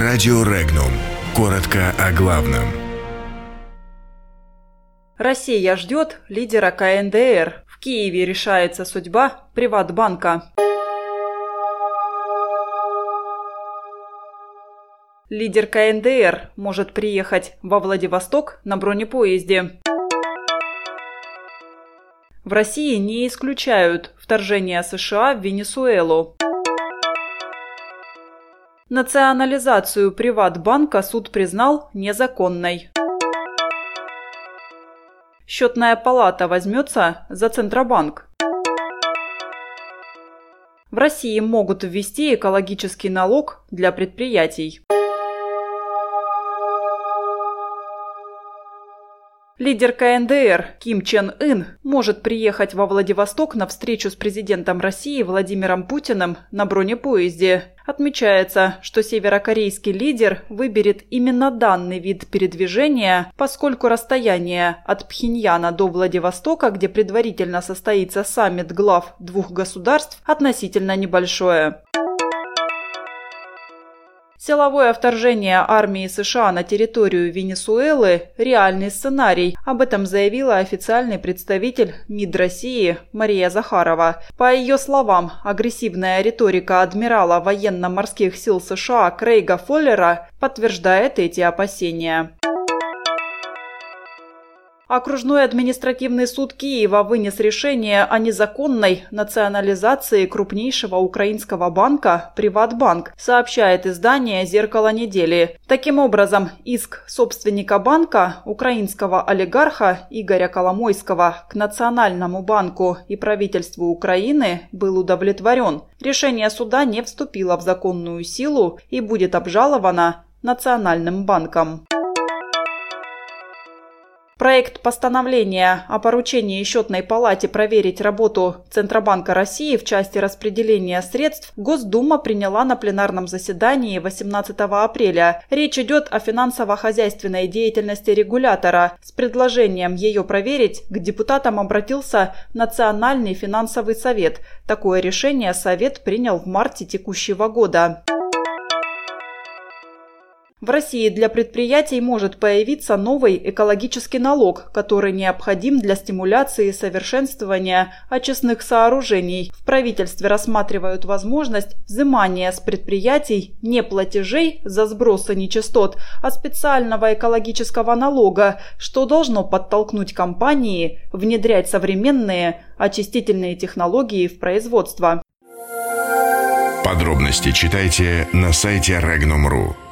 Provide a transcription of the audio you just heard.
Радио Регнум. Коротко о главном. Россия ждет лидера КНДР. В Киеве решается судьба Приватбанка. Лидер КНДР может приехать во Владивосток на бронепоезде. В России не исключают вторжение США в Венесуэлу. Национализацию Приватбанка суд признал незаконной. Счетная палата возьмется за Центробанк. В России могут ввести экологический налог для предприятий. Лидер КНДР Ким Чен Ын может приехать во Владивосток на встречу с президентом России Владимиром Путиным на бронепоезде. Отмечается, что северокорейский лидер выберет именно данный вид передвижения, поскольку расстояние от Пхеньяна до Владивостока, где предварительно состоится саммит глав двух государств, относительно небольшое. Силовое вторжение армии США на территорию Венесуэлы – реальный сценарий. Об этом заявила официальный представитель МИД России Мария Захарова. По ее словам, агрессивная риторика адмирала военно-морских сил США Крейга Фоллера подтверждает эти опасения. Окружной административный суд Киева вынес решение о незаконной национализации крупнейшего украинского банка «Приватбанк», сообщает издание «Зеркало недели». Таким образом, иск собственника банка, украинского олигарха Игоря Коломойского, к Национальному банку и правительству Украины был удовлетворен. Решение суда не вступило в законную силу и будет обжаловано Национальным банком. Проект постановления о поручении Счетной палате проверить работу Центробанка России в части распределения средств Госдума приняла на пленарном заседании 18 апреля. Речь идет о финансово-хозяйственной деятельности регулятора. С предложением ее проверить к депутатам обратился Национальный финансовый совет. Такое решение Совет принял в марте текущего года. В России для предприятий может появиться новый экологический налог, который необходим для стимуляции и совершенствования очистных сооружений. В правительстве рассматривают возможность взимания с предприятий не платежей за сбросы нечистот, а специального экологического налога, что должно подтолкнуть компании внедрять современные очистительные технологии в производство. Подробности читайте на сайте Regnum.ru.